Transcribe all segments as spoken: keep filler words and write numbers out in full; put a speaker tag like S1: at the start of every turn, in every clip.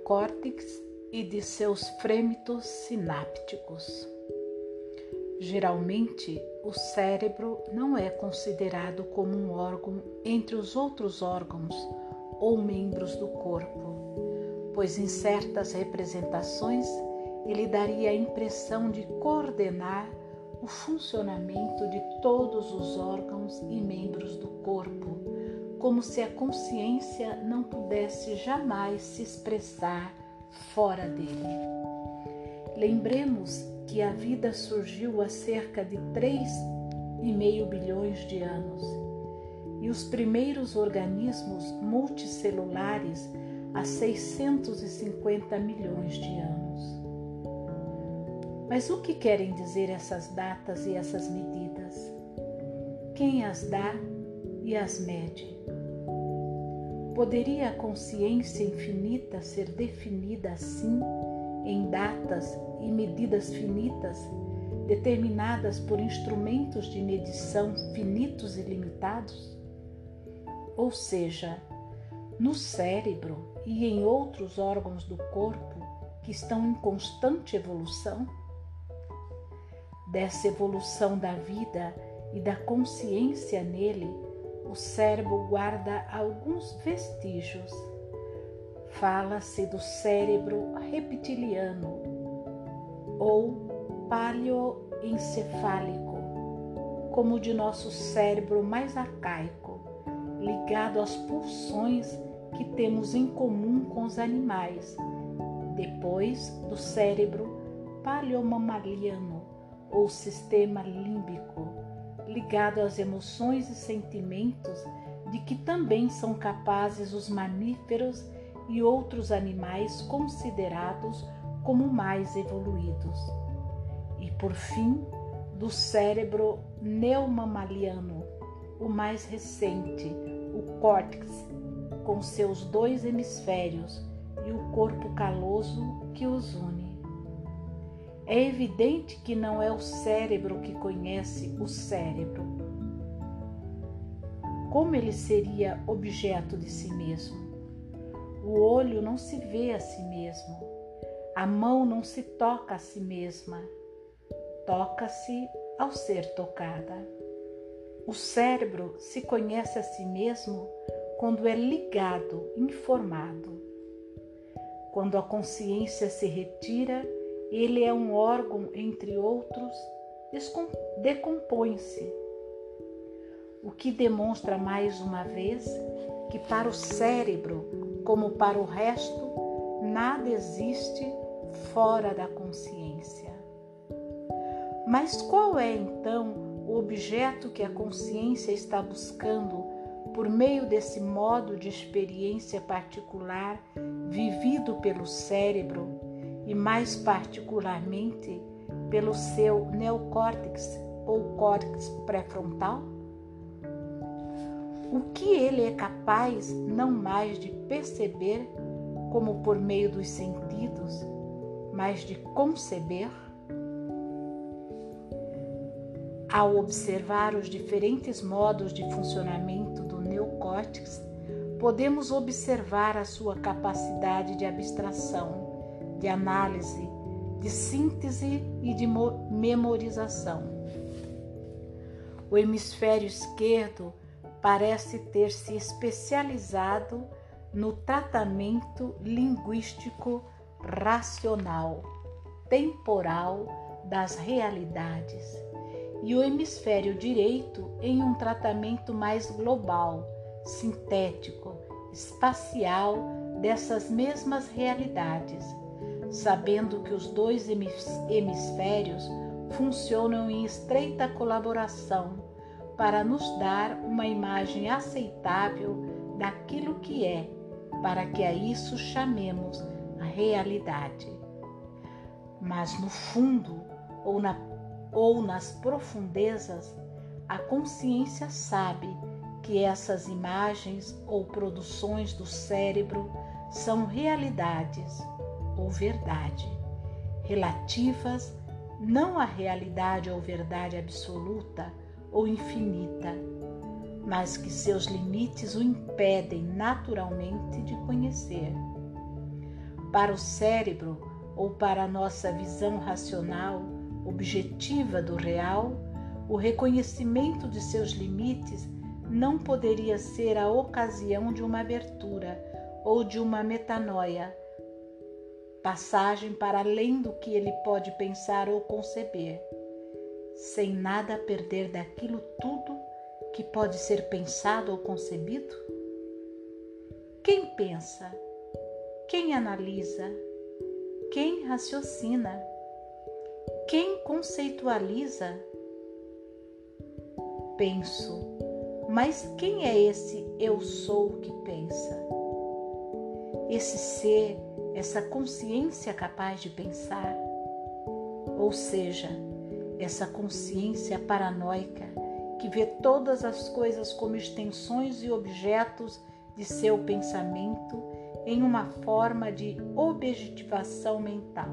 S1: neocórtex e de seus frêmitos sinápticos. Geralmente, o cérebro não é considerado como um órgão entre os outros órgãos ou membros do corpo, pois em certas representações ele daria a impressão de coordenar o funcionamento de todos os órgãos e membros do corpo, como se a consciência não pudesse jamais se expressar fora dele. Lembremos que a vida surgiu há cerca de três vírgula cinco bilhões de anos e os primeiros organismos multicelulares há seiscentos e cinquenta milhões de anos. Mas o que querem dizer essas datas e essas medidas? Quem as dá e as mede? Poderia a consciência infinita ser definida assim, em datas e medidas finitas, determinadas por instrumentos de medição finitos e limitados? Ou seja, no cérebro e em outros órgãos do corpo que estão em constante evolução? Dessa evolução da vida e da consciência nele, o cérebro guarda alguns vestígios. Fala-se do cérebro reptiliano ou paleoencefálico, como o de nosso cérebro mais arcaico, ligado às pulsões que temos em comum com os animais. Depois do cérebro paleomamaliano ou sistema límbico, ligado às emoções e sentimentos de que também são capazes os mamíferos e outros animais considerados como mais evoluídos. E por fim, do cérebro neomamaliano, o mais recente, o córtex, com seus dois hemisférios e o corpo caloso que os une. É evidente que não é o cérebro que conhece o cérebro. Como ele seria objeto de si mesmo? O olho não se vê a si mesmo. A mão não se toca a si mesma. Toca-se ao ser tocada. O cérebro se conhece a si mesmo quando é ligado, informado. Quando a consciência se retira, ele é um órgão, entre outros, decompõe-se. O que demonstra mais uma vez que para o cérebro, como para o resto, nada existe fora da consciência. Mas qual é então o objeto que a consciência está buscando por meio desse modo de experiência particular vivido pelo cérebro e mais particularmente pelo seu neocórtex ou córtex pré-frontal? O que ele é capaz não mais de perceber como por meio dos sentidos, mas de conceber? Ao observar os diferentes modos de funcionamento do neocórtex, podemos observar a sua capacidade de abstração, de análise, de síntese e de memorização. O hemisfério esquerdo parece ter se especializado no tratamento linguístico racional, temporal das realidades, e o hemisfério direito em um tratamento mais global, sintético, espacial dessas mesmas realidades, sabendo que os dois hemisférios funcionam em estreita colaboração para nos dar uma imagem aceitável daquilo que é, para que a isso chamemos a realidade. Mas no fundo ou, na, ou nas profundezas, a consciência sabe que essas imagens ou produções do cérebro são realidades ou verdade, relativas não à realidade ou verdade absoluta ou infinita, mas que seus limites o impedem naturalmente de conhecer. Para o cérebro ou para a nossa visão racional, objetiva do real, o reconhecimento de seus limites não poderia ser a ocasião de uma abertura ou de uma metanoia, passagem para além do que ele pode pensar ou conceber, sem nada perder daquilo tudo que pode ser pensado ou concebido? Quem pensa? Quem analisa? Quem raciocina? Quem conceitualiza? Penso, mas quem é esse eu sou que pensa? Esse ser, essa consciência capaz de pensar? Ou seja, essa consciência paranoica que vê todas as coisas como extensões e objetos de seu pensamento em uma forma de objetivação mental.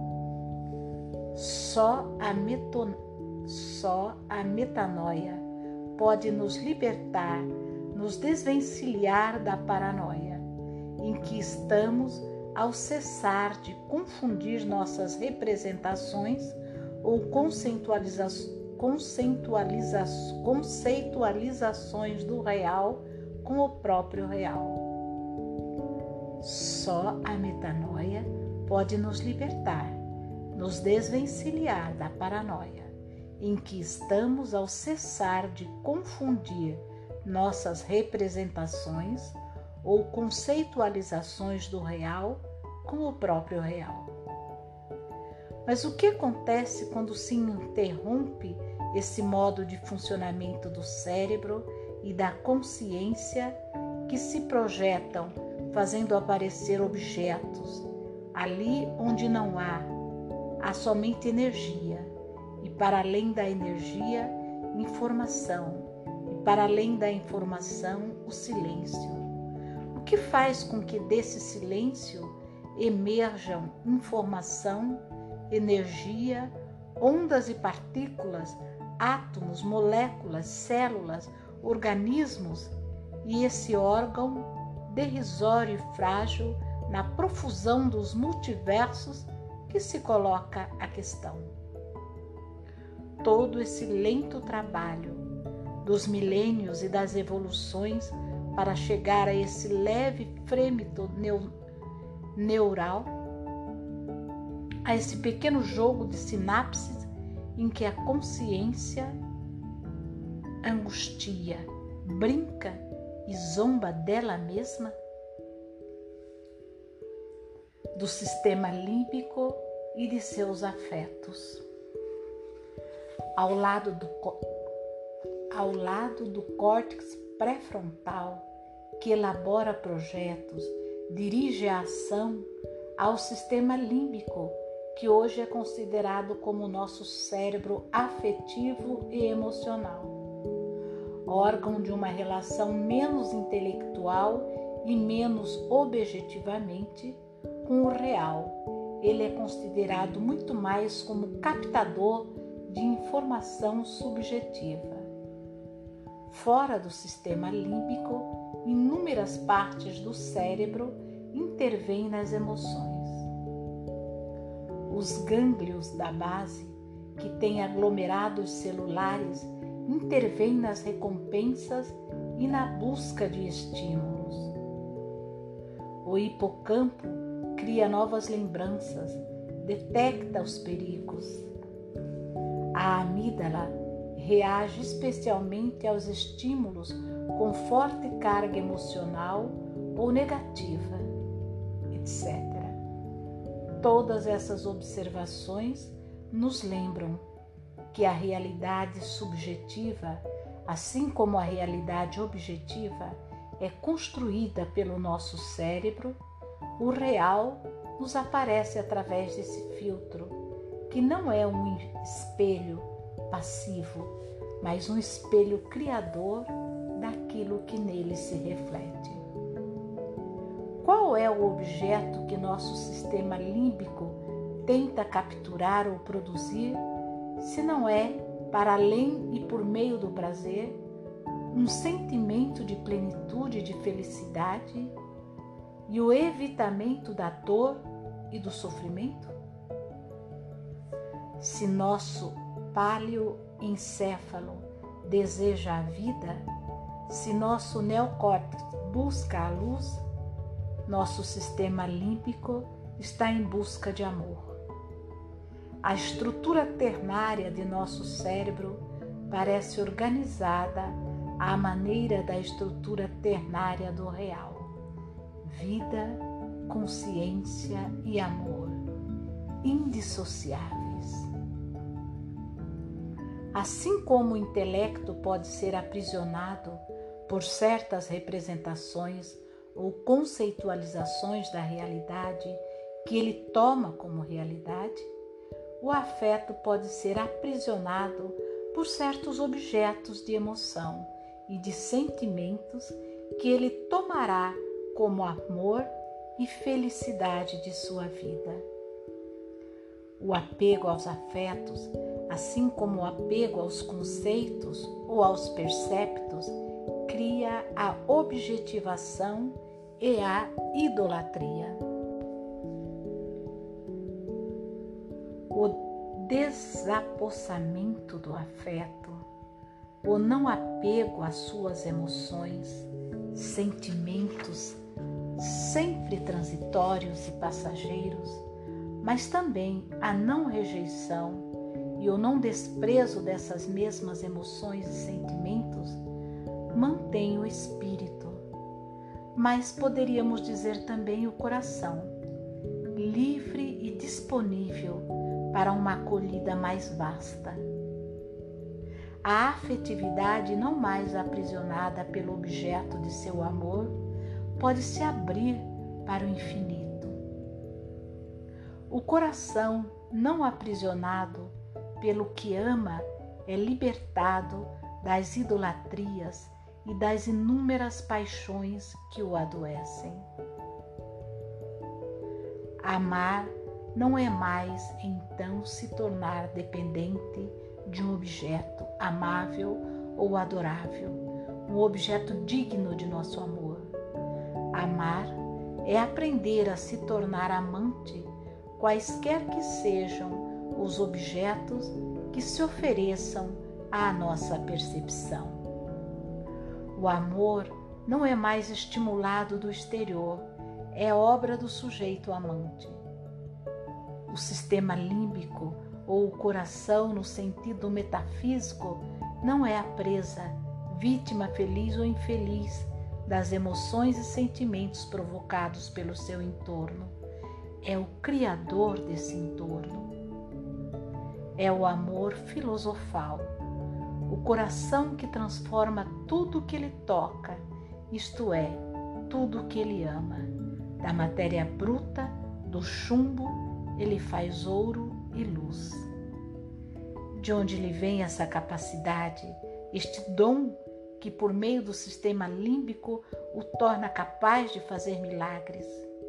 S1: Só a, meton... Só a metanoia pode nos libertar, nos desvencilhar da paranoia, em que estamos ao cessar de confundir nossas representações ou conceitualiza... Conceitualiza... conceitualizações do real com o próprio real. Só a metanoia pode nos libertar, nos desvencilhar da paranoia, em que estamos ao cessar de confundir nossas representações ou conceitualizações do real com o próprio real. Mas o que acontece quando se interrompe esse modo de funcionamento do cérebro e da consciência que se projetam, fazendo aparecer objetos, ali onde não há, há somente energia, e para além da energia, informação, e para além da informação, o silêncio. O que faz com que desse silêncio emerjam informação, energia, ondas e partículas, átomos, moléculas, células, organismos, e esse órgão derrisório e frágil na profusão dos multiversos que se coloca a questão. Todo esse lento trabalho dos milênios e das evoluções para chegar a esse leve frêmito neural, a esse pequeno jogo de sinapses em que a consciência angustia, brinca e zomba dela mesma, do sistema límbico e de seus afetos. Ao lado do, ao lado do córtex pré-frontal, que elabora projetos, dirige a ação, ao sistema límbico, que hoje é considerado como o nosso cérebro afetivo e emocional, órgão de uma relação menos intelectual e menos objetivamente com o real. Ele é considerado muito mais como captador de informação subjetiva. Fora do sistema límbico, inúmeras partes do cérebro intervêm nas emoções. Os gânglios da base, que têm aglomerados celulares, intervêm nas recompensas e na busca de estímulos. O hipocampo cria novas lembranças, detecta os perigos. A amígdala reage especialmente aos estímulos com forte carga emocional ou negativa, etcétera. Todas essas observações nos lembram que a realidade subjetiva, assim como a realidade objetiva, é construída pelo nosso cérebro. O real nos aparece através desse filtro, que não é um espelho passivo, mas um espelho criador daquilo que nele se reflete. Qual é o objeto que nosso sistema límbico tenta capturar ou produzir, se não é, para além e por meio do prazer, um sentimento de plenitude e de felicidade? e o evitamento da dor e do sofrimento? Se nosso paleoencéfalo deseja a vida, se nosso neocórtex busca a luz, nosso sistema límbico está em busca de amor. A estrutura ternária de nosso cérebro parece organizada à maneira da estrutura ternária do real. Vida, consciência e amor, indissociáveis. Assim como o intelecto pode ser aprisionado por certas representações ou conceitualizações da realidade que ele toma como realidade, o afeto pode ser aprisionado por certos objetos de emoção e de sentimentos que ele tomará como amor e felicidade de sua vida. O apego aos afetos, assim como o apego aos conceitos ou aos perceptos, cria a objetivação e a idolatria. O desapossamento do afeto, o não apego às suas emoções, sentimentos sempre transitórios e passageiros, mas também a não rejeição e o não desprezo dessas mesmas emoções e sentimentos mantém o espírito, mas poderíamos dizer também o coração, livre e disponível para uma acolhida mais vasta. A afetividade, não mais aprisionada pelo objeto de seu amor, pode se abrir para o infinito. O coração, não aprisionado pelo que ama, é libertado das idolatrias e das inúmeras paixões que o adoecem. Amar não é mais, então, se tornar dependente de um objeto amável ou adorável, um objeto digno de nosso amor. Amar é aprender a se tornar amante, quaisquer que sejam os objetos que se ofereçam à nossa percepção. O amor não é mais estimulado do exterior, é obra do sujeito amante. O sistema límbico, ou o coração no sentido metafísico, não é a presa, vítima feliz ou infeliz das emoções e sentimentos provocados pelo seu entorno. É o criador desse entorno. É o amor filosofal, o coração que transforma tudo o que ele toca, isto é, tudo o que ele ama. Da matéria bruta, do chumbo, ele faz ouro e luz. De onde lhe vem essa capacidade, este dom que por meio do sistema límbico o torna capaz de fazer milagres?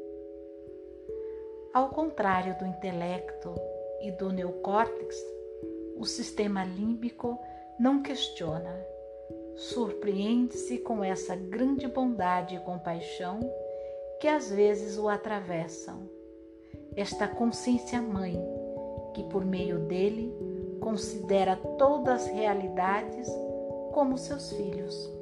S1: Ao contrário do intelecto e do neocórtex, o sistema límbico não questiona, surpreende-se com essa grande bondade e compaixão que às vezes o atravessam. Esta consciência mãe, que por meio dele considera todas as realidades como seus filhos.